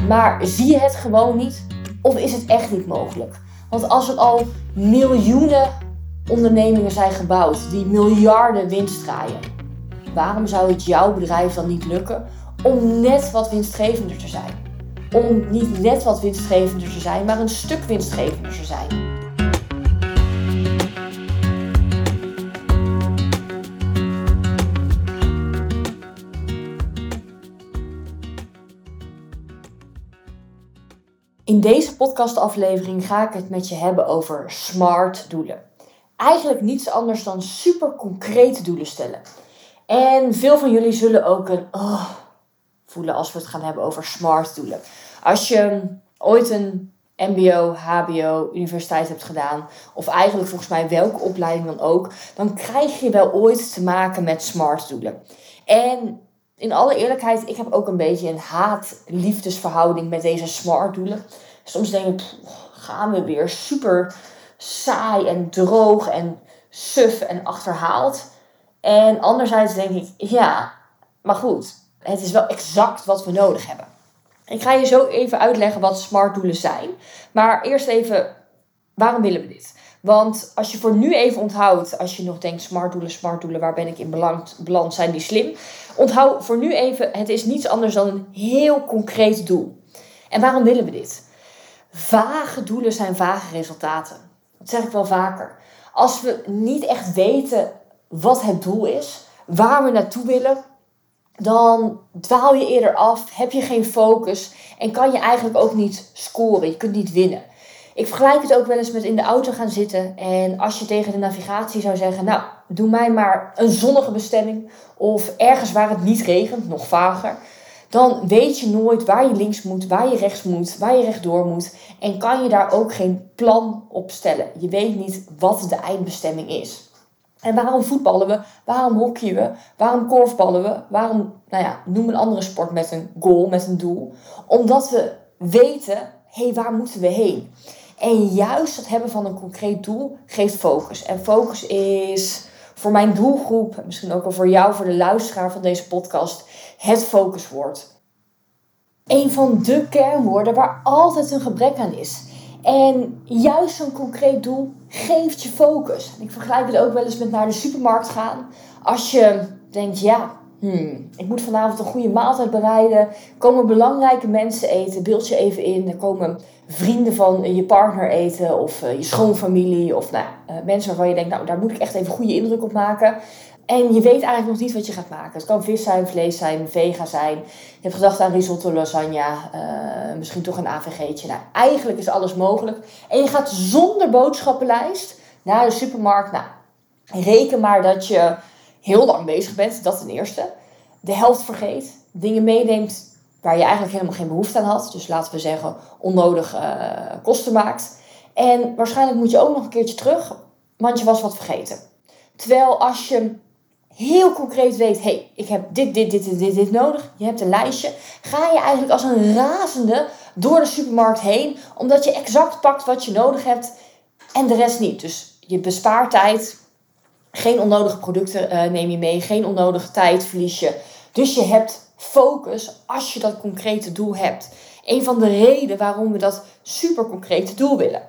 Maar zie je het gewoon niet? Of is het echt niet mogelijk? Want als er al miljoenen ondernemingen zijn gebouwd die miljarden winst draaien, waarom zou het jouw bedrijf dan niet lukken om net wat winstgevender te zijn? Om niet net wat winstgevender te zijn, maar een stuk winstgevender te zijn. In deze podcastaflevering ga ik het met je hebben over SMART doelen. Eigenlijk niets anders dan super concrete doelen stellen. En veel van jullie zullen ook voelen als we het gaan hebben over SMART doelen. Als je ooit een mbo, hbo, universiteit hebt gedaan, of eigenlijk volgens mij welke opleiding dan ook, dan krijg je wel ooit te maken met SMART doelen. En in alle eerlijkheid, ik heb ook een beetje een haat-liefdesverhouding met deze SMART doelen. Soms denk ik, gaan we weer, super saai en droog en suf en achterhaald. En anderzijds denk ik, ja, maar goed, het is wel exact wat we nodig hebben. Ik ga je zo even uitleggen wat SMART doelen zijn. Maar eerst even, waarom willen we dit? Want als je voor nu even onthoudt, als je nog denkt SMART doelen, waar ben ik in beland, zijn die slim? Onthoud voor nu even, het is niets anders dan een heel concreet doel. En waarom willen we dit? Vage doelen zijn vage resultaten. Dat zeg ik wel vaker. Als we niet echt weten wat het doel is, waar we naartoe willen, dan dwaal je eerder af, heb je geen focus en kan je eigenlijk ook niet scoren. Je kunt niet winnen. Ik vergelijk het ook wel eens met in de auto gaan zitten en als je tegen de navigatie zou zeggen, nou, doe mij maar een zonnige bestemming of ergens waar het niet regent, nog vager, dan weet je nooit waar je links moet, waar je rechts moet, waar je rechtdoor moet en kan je daar ook geen plan op stellen. Je weet niet wat de eindbestemming is. En waarom voetballen we? Waarom hockeyen we? Waarom korfballen we? Waarom, noem een andere sport met een goal, met een doel. Omdat we weten, waar moeten we heen? En juist het hebben van een concreet doel geeft focus. En focus is voor mijn doelgroep, misschien ook wel voor jou, voor de luisteraar van deze podcast, het focuswoord. Een van de kernwoorden waar altijd een gebrek aan is. En juist zo'n concreet doel geeft je focus. Ik vergelijk het ook wel eens met naar de supermarkt gaan. Als je denkt, ik moet vanavond een goede maaltijd bereiden. Er komen belangrijke mensen eten, beeld je even in. Er komen vrienden van je partner eten of je schoonfamilie. Of mensen waarvan je denkt, daar moet ik echt even goede indruk op maken. En je weet eigenlijk nog niet wat je gaat maken. Het kan vis zijn, vlees zijn, vega zijn. Je hebt gedacht aan risotto, lasagne, misschien toch een AVG'tje. Eigenlijk is alles mogelijk. En je gaat zonder boodschappenlijst naar de supermarkt. Reken maar dat je heel lang bezig bent, dat ten eerste. De helft vergeet. Dingen meeneemt waar je eigenlijk helemaal geen behoefte aan had. Dus laten we zeggen, onnodig kosten maakt. En waarschijnlijk moet je ook nog een keertje terug, want je was wat vergeten. Terwijl als je heel concreet weet, ik heb dit nodig. Je hebt een lijstje. Ga je eigenlijk als een razende door de supermarkt heen. Omdat je exact pakt wat je nodig hebt en de rest niet. Dus je bespaart tijd. Geen onnodige producten neem je mee. Geen onnodige tijd verlies je. Dus je hebt focus als je dat concrete doel hebt. Een van de redenen waarom we dat super concrete doel willen.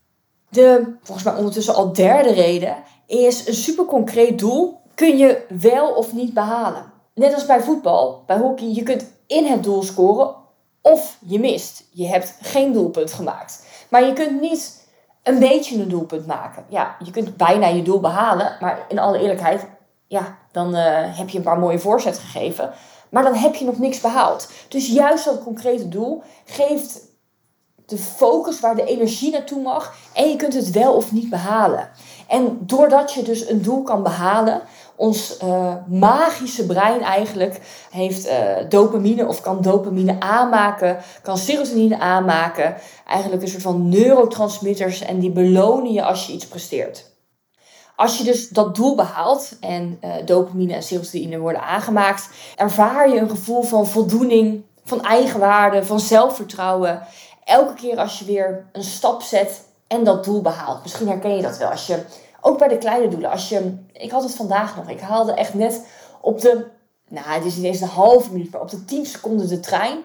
De, volgens mij ondertussen al derde reden, is een super concreet doel kun je wel of niet behalen. Net als bij voetbal, bij hockey, je kunt in het doel scoren of je mist. Je hebt geen doelpunt gemaakt. Maar je kunt niet een beetje een doelpunt maken. Ja, je kunt bijna je doel behalen, maar in alle eerlijkheid, dan heb je een paar mooie voorzetten gegeven. Maar dan heb je nog niks behaald. Dus juist dat concrete doel geeft de focus waar de energie naartoe mag. En je kunt het wel of niet behalen. En doordat je dus een doel kan behalen, ons magische brein eigenlijk heeft dopamine of kan dopamine aanmaken, kan serotonine aanmaken. Eigenlijk een soort van neurotransmitters en die belonen je als je iets presteert. Als je dus dat doel behaalt en dopamine en serotonine worden aangemaakt, ervaar je een gevoel van voldoening, van eigenwaarde, van zelfvertrouwen. Elke keer als je weer een stap zet en dat doel behaalt. Misschien herken je dat wel. Als je, ook bij de kleine doelen. Ik had het vandaag nog. Ik haalde echt net op de, het is niet eens een halve minuut, maar op de 10 seconden de trein.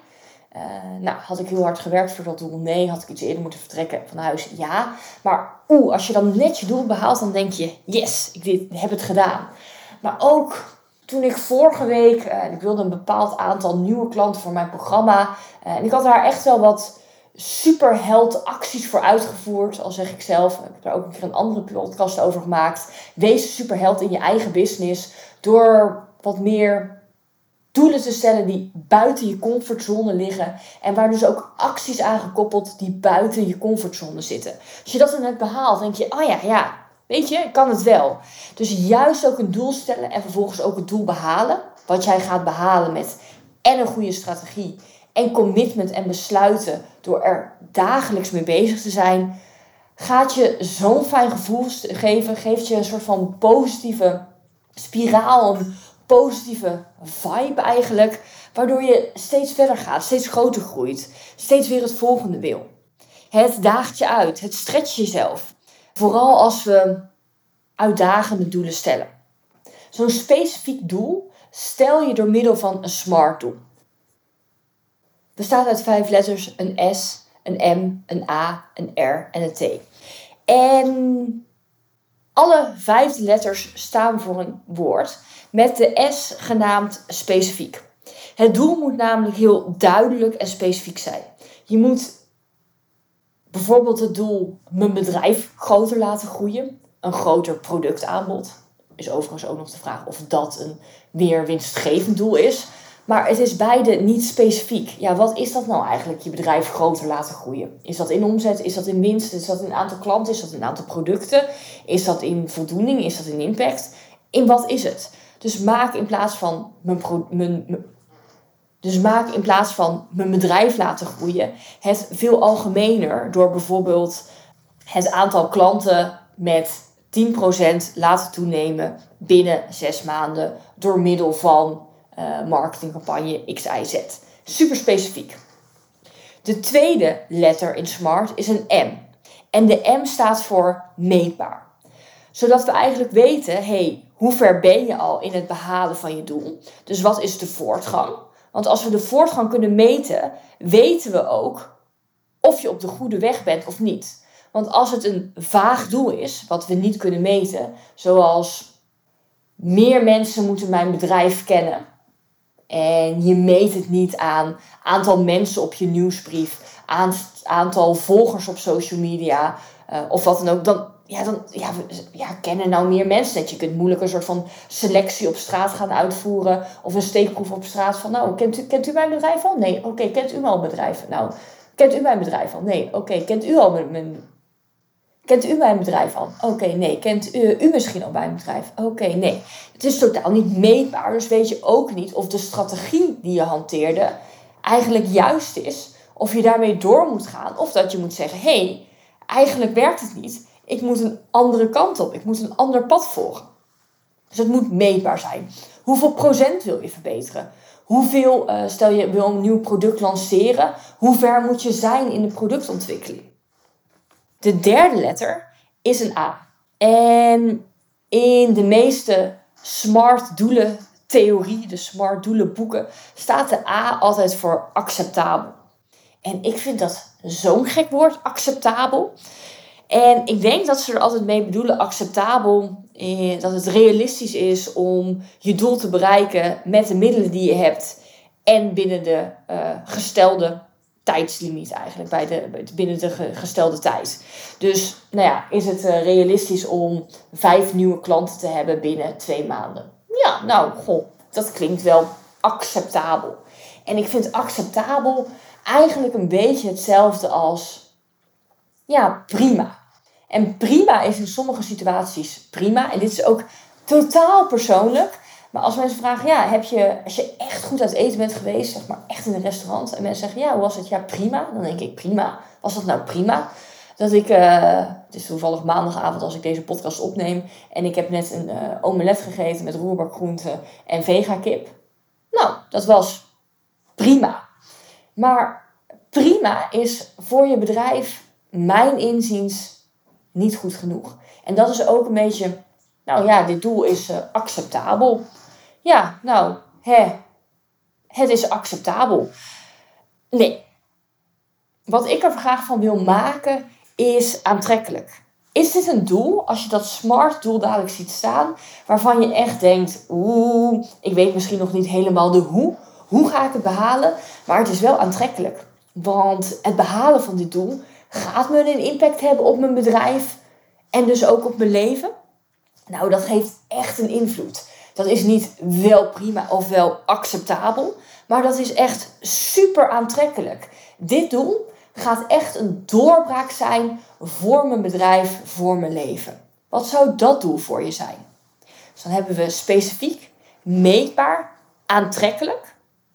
Had ik heel hard gewerkt voor dat doel? Nee. Had ik iets eerder moeten vertrekken van huis? Ja. Maar als je dan net je doel behaalt, dan denk je, yes, ik heb het gedaan. Maar ook toen ik vorige week, ik wilde een bepaald aantal nieuwe klanten voor mijn programma. En ik had daar echt wel wat superheld acties voor uitgevoerd, al zeg ik zelf. Ik heb daar ook een keer een andere podcast over gemaakt. Wees superheld in je eigen business door wat meer doelen te stellen die buiten je comfortzone liggen. En waar dus ook acties aan gekoppeld die buiten je comfortzone zitten. Als je dat dan hebt behaald, denk je, weet je, ik kan het wel. Dus juist ook een doel stellen en vervolgens ook het doel behalen. Wat jij gaat behalen met en een goede strategie en commitment en besluiten door er dagelijks mee bezig te zijn, gaat je zo'n fijn gevoel geven. Geeft je een soort van positieve spiraal, een positieve vibe eigenlijk. Waardoor je steeds verder gaat, steeds groter groeit. Steeds weer het volgende wil. Het daagt je uit, het stretcht jezelf. Vooral als we uitdagende doelen stellen. Zo'n specifiek doel stel je door middel van een SMART doel. Bestaat uit 5 letters, een S, een M, een A, een R en een T. En alle 5 letters staan voor een woord met de S genaamd specifiek. Het doel moet namelijk heel duidelijk en specifiek zijn. Je moet bijvoorbeeld het doel mijn bedrijf groter laten groeien. Een groter productaanbod. Is overigens ook nog de vraag of dat een meer winstgevend doel is. Maar het is beide niet specifiek. Ja, wat is dat nou eigenlijk, je bedrijf groter laten groeien? Is dat in omzet? Is dat in winst? Is dat in aantal klanten? Is dat in aantal producten? Is dat in voldoening? Is dat in impact? In wat is het? Dus maak in plaats van mijn bedrijf laten groeien het veel algemener door bijvoorbeeld het aantal klanten met 10% laten toenemen binnen 6 maanden door middel van marketingcampagne XYZ. Super specifiek. De tweede letter in SMART is een M. En de M staat voor meetbaar. Zodat we eigenlijk weten, hoe ver ben je al in het behalen van je doel? Dus wat is de voortgang? Want als we de voortgang kunnen meten, weten we ook of je op de goede weg bent of niet. Want als het een vaag doel is, wat we niet kunnen meten, zoals meer mensen moeten mijn bedrijf kennen, en je meet het niet aan aantal mensen op je nieuwsbrief, aantal volgers op social media of wat dan ook, dan kennen nou meer mensen dat. Je kunt moeilijk een soort van selectie op straat gaan uitvoeren of een steekproef op straat van, kent u mijn bedrijf al? Nee, oké, kent u mijn bedrijf? Nou, kent u mijn bedrijf al? Nee, oké, kent u mijn bedrijf al? Oké, nee. Kent u misschien al mijn bedrijf? Oké, nee. Het is totaal niet meetbaar, dus weet je ook niet of de strategie die je hanteerde eigenlijk juist is, of je daarmee door moet gaan, of dat je moet zeggen, eigenlijk werkt het niet. Ik moet een andere kant op. Ik moet een ander pad volgen. Dus het moet meetbaar zijn. Hoeveel procent wil je verbeteren? Stel je wil een nieuw product lanceren, hoe ver moet je zijn in de productontwikkeling? De derde letter is een A. En in de meeste SMART doelen theorie, de SMART doelen boeken, staat de A altijd voor acceptabel. En ik vind dat zo'n gek woord, acceptabel. En ik denk dat ze er altijd mee bedoelen acceptabel, dat het realistisch is om je doel te bereiken met de middelen die je hebt en binnen de gestelde tijdslimiet eigenlijk, binnen de gestelde tijd. Dus is het realistisch om 5 nieuwe klanten te hebben binnen 2 maanden? Ja, dat klinkt wel acceptabel. En ik vind acceptabel eigenlijk een beetje hetzelfde als prima. En prima is in sommige situaties prima. En dit is ook totaal persoonlijk. Maar als mensen vragen, als je echt goed uit eten bent geweest, zeg maar echt in een restaurant, en mensen zeggen, hoe was het? Ja, prima. Dan denk ik, prima. Was dat nou prima? Het is toevallig maandagavond als ik deze podcast opneem, en ik heb net een omelet gegeten met roerbakgroenten en vega-kip. Nou, dat was prima. Maar prima is voor je bedrijf, mijn inziens, niet goed genoeg. En dat is ook een beetje, dit doel is acceptabel. Het is acceptabel. Nee. Wat ik er graag van wil maken is aantrekkelijk. Is dit een doel, als je dat SMART doel dadelijk ziet staan, waarvan je echt denkt, ik weet misschien nog niet helemaal de hoe. Hoe ga ik het behalen? Maar het is wel aantrekkelijk. Want het behalen van dit doel gaat me een impact hebben op mijn bedrijf en dus ook op mijn leven. Nou, dat heeft echt een invloed. Dat is niet wel prima of wel acceptabel, maar dat is echt super aantrekkelijk. Dit doel gaat echt een doorbraak zijn voor mijn bedrijf, voor mijn leven. Wat zou dat doel voor je zijn? Dus dan hebben we specifiek, meetbaar, aantrekkelijk.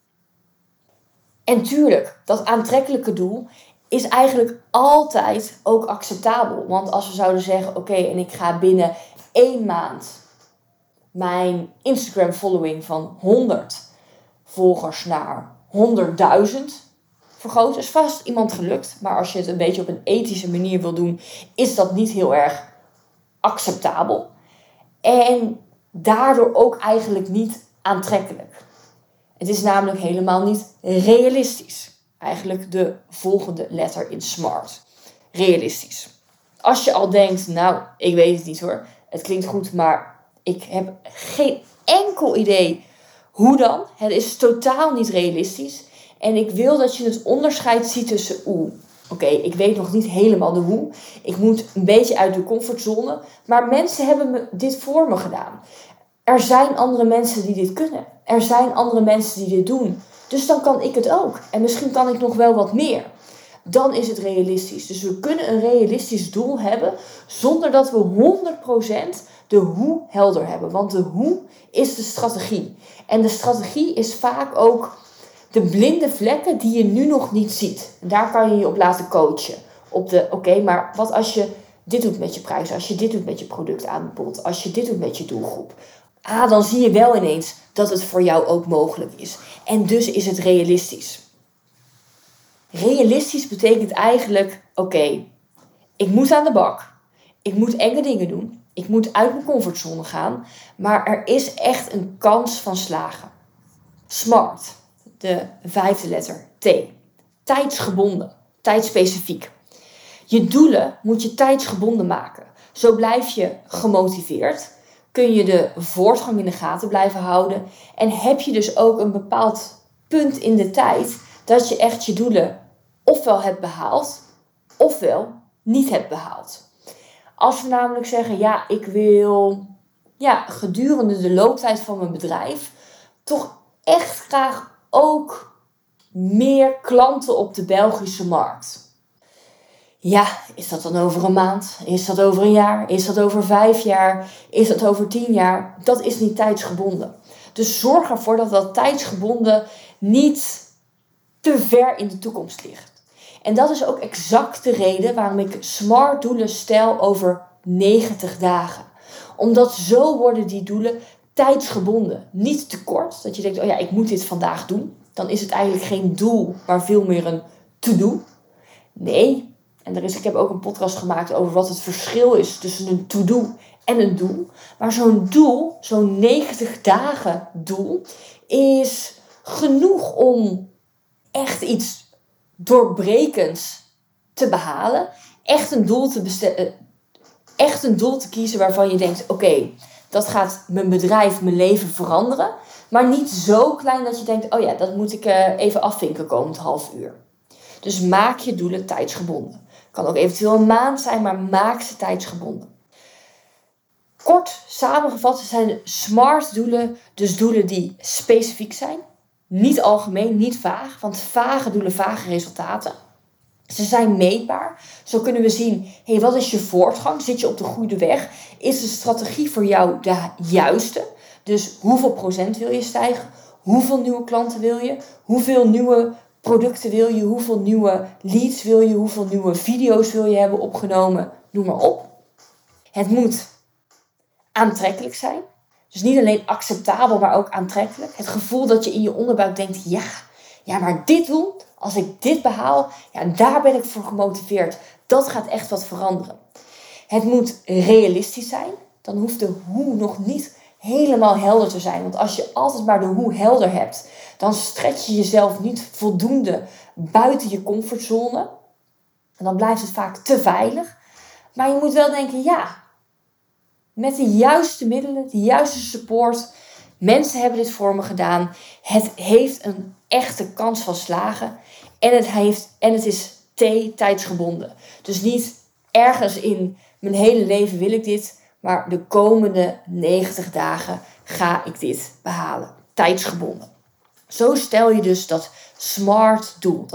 En tuurlijk, dat aantrekkelijke doel is eigenlijk altijd ook acceptabel. Want als we zouden zeggen, oké, en ik ga binnen 1 maand mijn Instagram following van 100 volgers naar 100.000 vergroten, is vast iemand gelukt. Maar als je het een beetje op een ethische manier wil doen, is dat niet heel erg acceptabel. En daardoor ook eigenlijk niet aantrekkelijk. Het is namelijk helemaal niet realistisch. Eigenlijk de volgende letter in SMART. Realistisch. Als je al denkt, nou, ik weet het niet hoor. Het klinkt goed, maar ik heb geen enkel idee hoe dan. Het is totaal niet realistisch. En ik wil dat je het onderscheid ziet tussen oké, ik weet nog niet helemaal de hoe. Ik moet een beetje uit de comfortzone. Maar mensen hebben dit voor me gedaan. Er zijn andere mensen die dit kunnen. Er zijn andere mensen die dit doen. Dus dan kan ik het ook. En misschien kan ik nog wel wat meer. Dan is het realistisch. Dus we kunnen een realistisch doel hebben zonder dat we 100% de hoe helder hebben. Want de hoe is de strategie. En de strategie is vaak ook de blinde vlekken die je nu nog niet ziet. En daar kan je je op laten coachen. Oké, maar wat als je dit doet met je prijs, als je dit doet met je productaanbod, als je dit doet met je doelgroep. Dan zie je wel ineens dat het voor jou ook mogelijk is. En dus is het realistisch. Realistisch betekent eigenlijk, oké, ik moet aan de bak. Ik moet enge dingen doen. Ik moet uit mijn comfortzone gaan. Maar er is echt een kans van slagen. SMART, de 5e letter T. Tijdsgebonden, tijdspecifiek. Je doelen moet je tijdsgebonden maken. Zo blijf je gemotiveerd. Kun je de voortgang in de gaten blijven houden. En heb je dus ook een bepaald punt in de tijd dat je echt je doelen ofwel hebt behaald, ofwel niet hebt behaald. Als we namelijk zeggen, ik wil gedurende de looptijd van mijn bedrijf toch echt graag ook meer klanten op de Belgische markt. Ja, is dat dan over een maand? Is dat over een jaar? Is dat over 5 jaar? Is dat over 10 jaar? Dat is niet tijdsgebonden. Dus zorg ervoor dat dat tijdsgebonden niet te ver in de toekomst ligt. En dat is ook exact de reden waarom ik SMART doelen stel over 90 dagen. Omdat zo worden die doelen tijdsgebonden. Niet te kort, dat je denkt, ik moet dit vandaag doen. Dan is het eigenlijk geen doel, maar veel meer een to-do. Nee. En ik heb ook een podcast gemaakt over wat het verschil is tussen een to-do en een doel. Maar zo'n doel, zo'n 90 dagen doel, is genoeg om echt iets doorbrekends te behalen. Echt een doel te kiezen waarvan je denkt, dat gaat mijn bedrijf, mijn leven veranderen. Maar niet zo klein dat je denkt, dat moet ik even afvinken komend half uur. Dus maak je doelen tijdsgebonden. Kan ook eventueel een maand zijn, maar maak ze tijdsgebonden. Kort samengevat zijn SMART doelen dus doelen die specifiek zijn. Niet algemeen, niet vaag, want vage doelen, vage resultaten. Ze zijn meetbaar. Zo kunnen we zien, wat is je voortgang? Zit je op de goede weg? Is de strategie voor jou de juiste? Dus hoeveel procent wil je stijgen? Hoeveel nieuwe klanten wil je? Hoeveel nieuwe producten wil je? Hoeveel nieuwe leads wil je? Hoeveel nieuwe video's wil je hebben opgenomen? Noem maar op. Het moet aantrekkelijk zijn. Dus niet alleen acceptabel, maar ook aantrekkelijk. Het gevoel dat je in je onderbuik denkt, maar dit doel, als ik dit behaal, daar ben ik voor gemotiveerd. Dat gaat echt wat veranderen. Het moet realistisch zijn. Dan hoeft de hoe nog niet helemaal helder te zijn. Want als je altijd maar de hoe helder hebt, dan stretch je jezelf niet voldoende buiten je comfortzone. En dan blijft het vaak te veilig. Maar je moet wel denken, ja, met de juiste middelen, de juiste support. Mensen hebben dit voor me gedaan. Het heeft een echte kans van slagen. En het is tijdsgebonden. Dus niet ergens in mijn hele leven wil ik dit. Maar de komende 90 dagen ga ik dit behalen. Tijdsgebonden. Zo stel je dus dat SMART doel.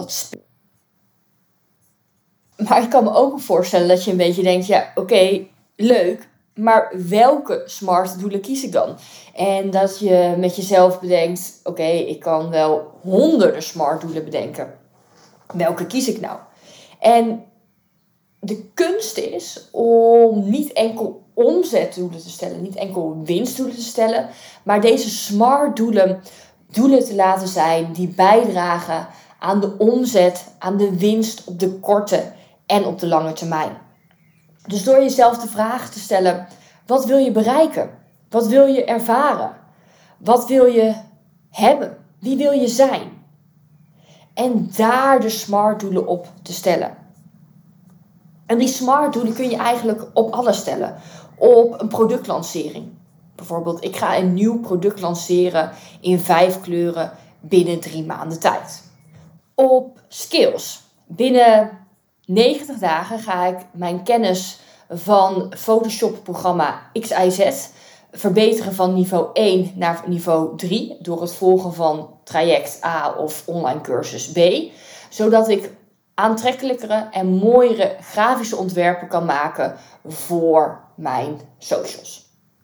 Maar ik kan me ook voorstellen dat je een beetje denkt, ja, oké, leuk. Maar welke SMART doelen kies ik dan? En dat je met jezelf bedenkt, oké, ik kan wel honderden SMART doelen bedenken. Welke kies ik nou? En de kunst is om niet enkel omzetdoelen te stellen, niet enkel winstdoelen te stellen, maar deze SMART doelen te laten zijn die bijdragen aan de omzet, aan de winst op de korte en op de lange termijn. Dus door jezelf de vraag te stellen, wat wil je bereiken? Wat wil je ervaren? Wat wil je hebben? Wie wil je zijn? En daar de SMART doelen op te stellen. En die SMART doelen kun je eigenlijk op alles stellen. Op een productlancering. Bijvoorbeeld, ik ga een nieuw product lanceren in 5 kleuren binnen 3 maanden tijd. Op skills. Binnen 90 dagen ga ik mijn kennis van Photoshop programma XIZ verbeteren van niveau 1 naar niveau 3 door het volgen van traject A of online cursus B. Zodat ik aantrekkelijkere en mooiere grafische ontwerpen kan maken voor mijn socials.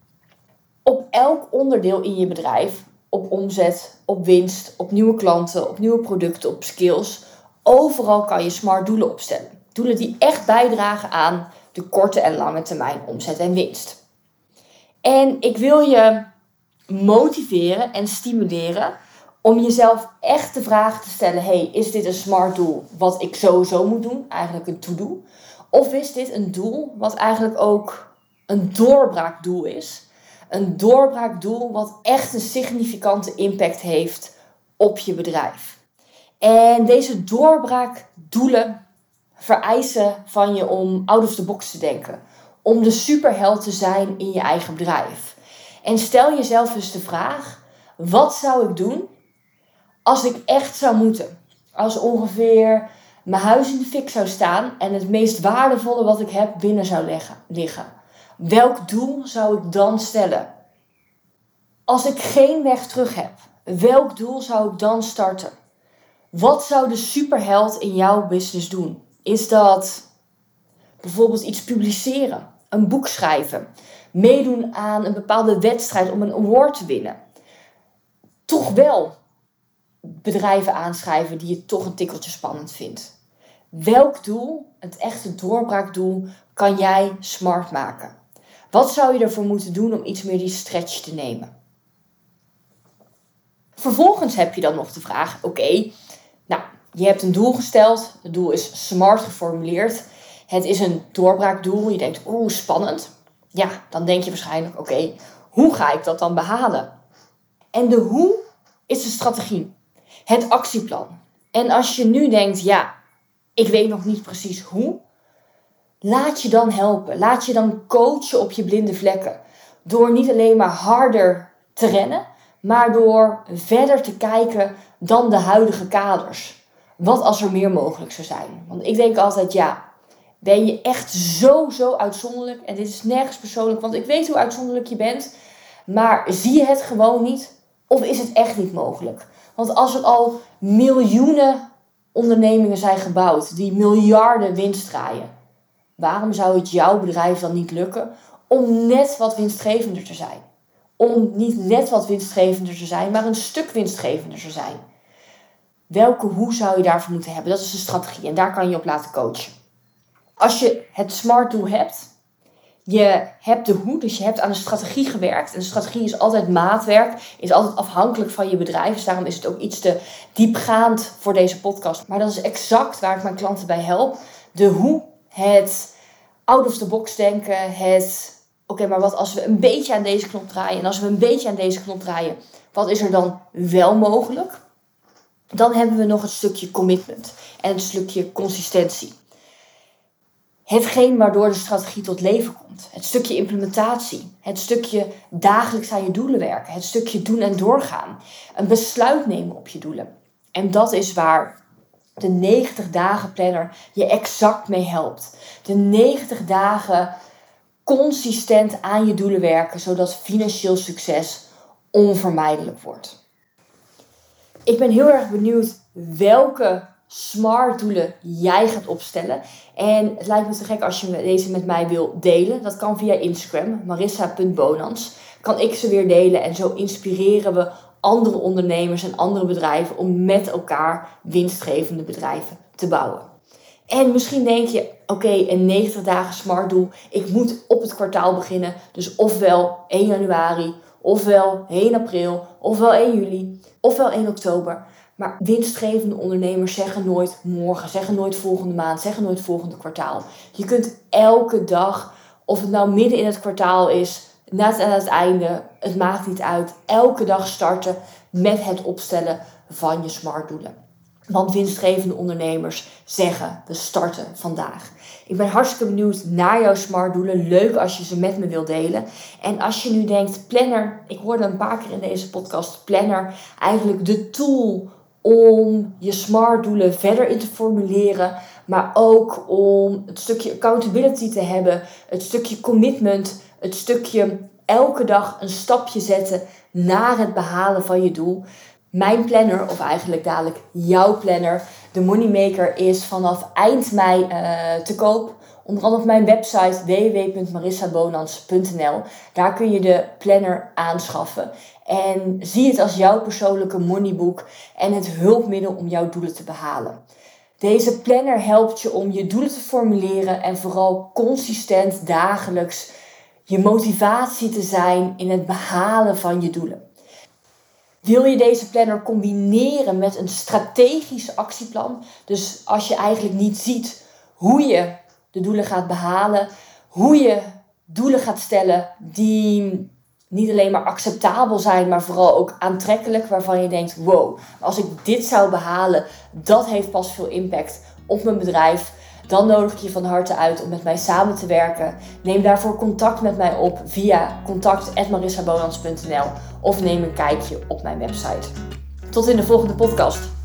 Op elk onderdeel in je bedrijf, op omzet, op winst, op nieuwe klanten, op nieuwe producten, op skills, overal kan je SMART doelen opstellen. Doelen die echt bijdragen aan de korte en lange termijn omzet en winst. En ik wil je motiveren en stimuleren om jezelf echt de vraag te stellen, hey, is dit een SMART doel wat ik sowieso moet doen? Eigenlijk een to-do. Of is dit een doel wat eigenlijk ook een doorbraakdoel is? Een doorbraakdoel wat echt een significante impact heeft op je bedrijf. En deze doorbraakdoelen vereisen van je om out of the box te denken. Om de superheld te zijn in je eigen bedrijf. En stel jezelf dus de vraag, wat zou ik doen als ik echt zou moeten? Als ongeveer mijn huis in de fik zou staan en het meest waardevolle wat ik heb binnen zou liggen. Welk doel zou ik dan stellen? Als ik geen weg terug heb, welk doel zou ik dan starten? Wat zou de superheld in jouw business doen? Is dat bijvoorbeeld iets publiceren, een boek schrijven, meedoen aan een bepaalde wedstrijd om een award te winnen? Toch wel bedrijven aanschrijven die je toch een tikkeltje spannend vindt. Welk doel, het echte doorbraakdoel, kan jij SMART maken? Wat zou je ervoor moeten doen om iets meer die stretch te nemen? Vervolgens heb je dan nog de vraag, oké, je hebt een doel gesteld. Het doel is SMART geformuleerd. Het is een doorbraakdoel. Je denkt, spannend. Ja, dan denk je waarschijnlijk, oké, hoe ga ik dat dan behalen? En de hoe is de strategie. Het actieplan. En als je nu denkt, ja, ik weet nog niet precies hoe. Laat je dan helpen. Laat je dan coachen op je blinde vlekken. Door niet alleen maar harder te rennen, maar door verder te kijken dan de huidige kaders. Wat als er meer mogelijk zou zijn? Want ik denk altijd, ja, ben je echt zo uitzonderlijk? En dit is nergens persoonlijk, want ik weet hoe uitzonderlijk je bent. Maar zie je het gewoon niet? Of is het echt niet mogelijk? Want als er al miljoenen ondernemingen zijn gebouwd die miljarden winst draaien, waarom zou het jouw bedrijf dan niet lukken om net wat winstgevender te zijn? Om niet net wat winstgevender te zijn, maar een stuk winstgevender te zijn. Welke hoe zou je daarvoor moeten hebben? Dat is de strategie en daar kan je op laten coachen. Als je het SMART doel hebt, je hebt de hoe, dus je hebt aan de strategie gewerkt. En de strategie is altijd maatwerk, is altijd afhankelijk van je bedrijf. Dus daarom is het ook iets te diepgaand voor deze podcast. Maar dat is exact waar ik mijn klanten bij help. De hoe, het out of the box denken, het Oké, maar wat als we een beetje aan deze knop draaien? En als we een beetje aan deze knop draaien, wat is er dan wel mogelijk? Dan hebben we nog het stukje commitment en het stukje consistentie. Hetgeen waardoor de strategie tot leven komt. Het stukje implementatie. Het stukje dagelijks aan je doelen werken. Het stukje doen en doorgaan. Een besluit nemen op je doelen. En dat is waar de 90 dagen planner je exact mee helpt. De 90 dagen consistent aan je doelen werken, zodat financieel succes onvermijdelijk wordt. Ik ben heel erg benieuwd welke SMART doelen jij gaat opstellen. En het lijkt me te gek als je deze met mij wil delen. Dat kan via Instagram, marissa.bonans. Kan ik ze weer delen en zo inspireren we andere ondernemers en andere bedrijven om met elkaar winstgevende bedrijven te bouwen. En misschien denk je, oké, een 90 dagen SMART doel. Ik moet op het kwartaal beginnen. Dus ofwel 1 januari, ofwel 1 april, ofwel 1 juli, ofwel 1 oktober. Maar winstgevende ondernemers zeggen nooit morgen, zeggen nooit volgende maand, zeggen nooit volgende kwartaal. Je kunt elke dag, of het nou midden in het kwartaal is, net aan het einde, het maakt niet uit. Elke dag starten met het opstellen van je SMART doelen. Want winstgevende ondernemers zeggen, we starten vandaag. Ik ben hartstikke benieuwd naar jouw SMART doelen. Leuk als je ze met me wilt delen. En als je nu denkt, planner, ik hoorde een paar keer in deze podcast, planner, eigenlijk de tool om je SMART doelen verder in te formuleren. Maar ook om het stukje accountability te hebben, het stukje commitment, het stukje elke dag een stapje zetten naar het behalen van je doel. Mijn planner, of eigenlijk dadelijk jouw planner, de Moneymaker, is vanaf eind mei te koop. Onder andere op mijn website www.marissabonans.nl. Daar kun je de planner aanschaffen. En zie het als jouw persoonlijke moneyboek en het hulpmiddel om jouw doelen te behalen. Deze planner helpt je om je doelen te formuleren en vooral consistent dagelijks je motivatie te zijn in het behalen van je doelen. Wil je deze planner combineren met een strategisch actieplan? Dus als je eigenlijk niet ziet hoe je de doelen gaat behalen, hoe je doelen gaat stellen die niet alleen maar acceptabel zijn, maar vooral ook aantrekkelijk, waarvan je denkt, wow, als ik dit zou behalen, dat heeft pas veel impact op mijn bedrijf. Dan nodig ik je van harte uit om met mij samen te werken. Neem daarvoor contact met mij op via contact@marissabonans.nl of neem een kijkje op mijn website. Tot in de volgende podcast.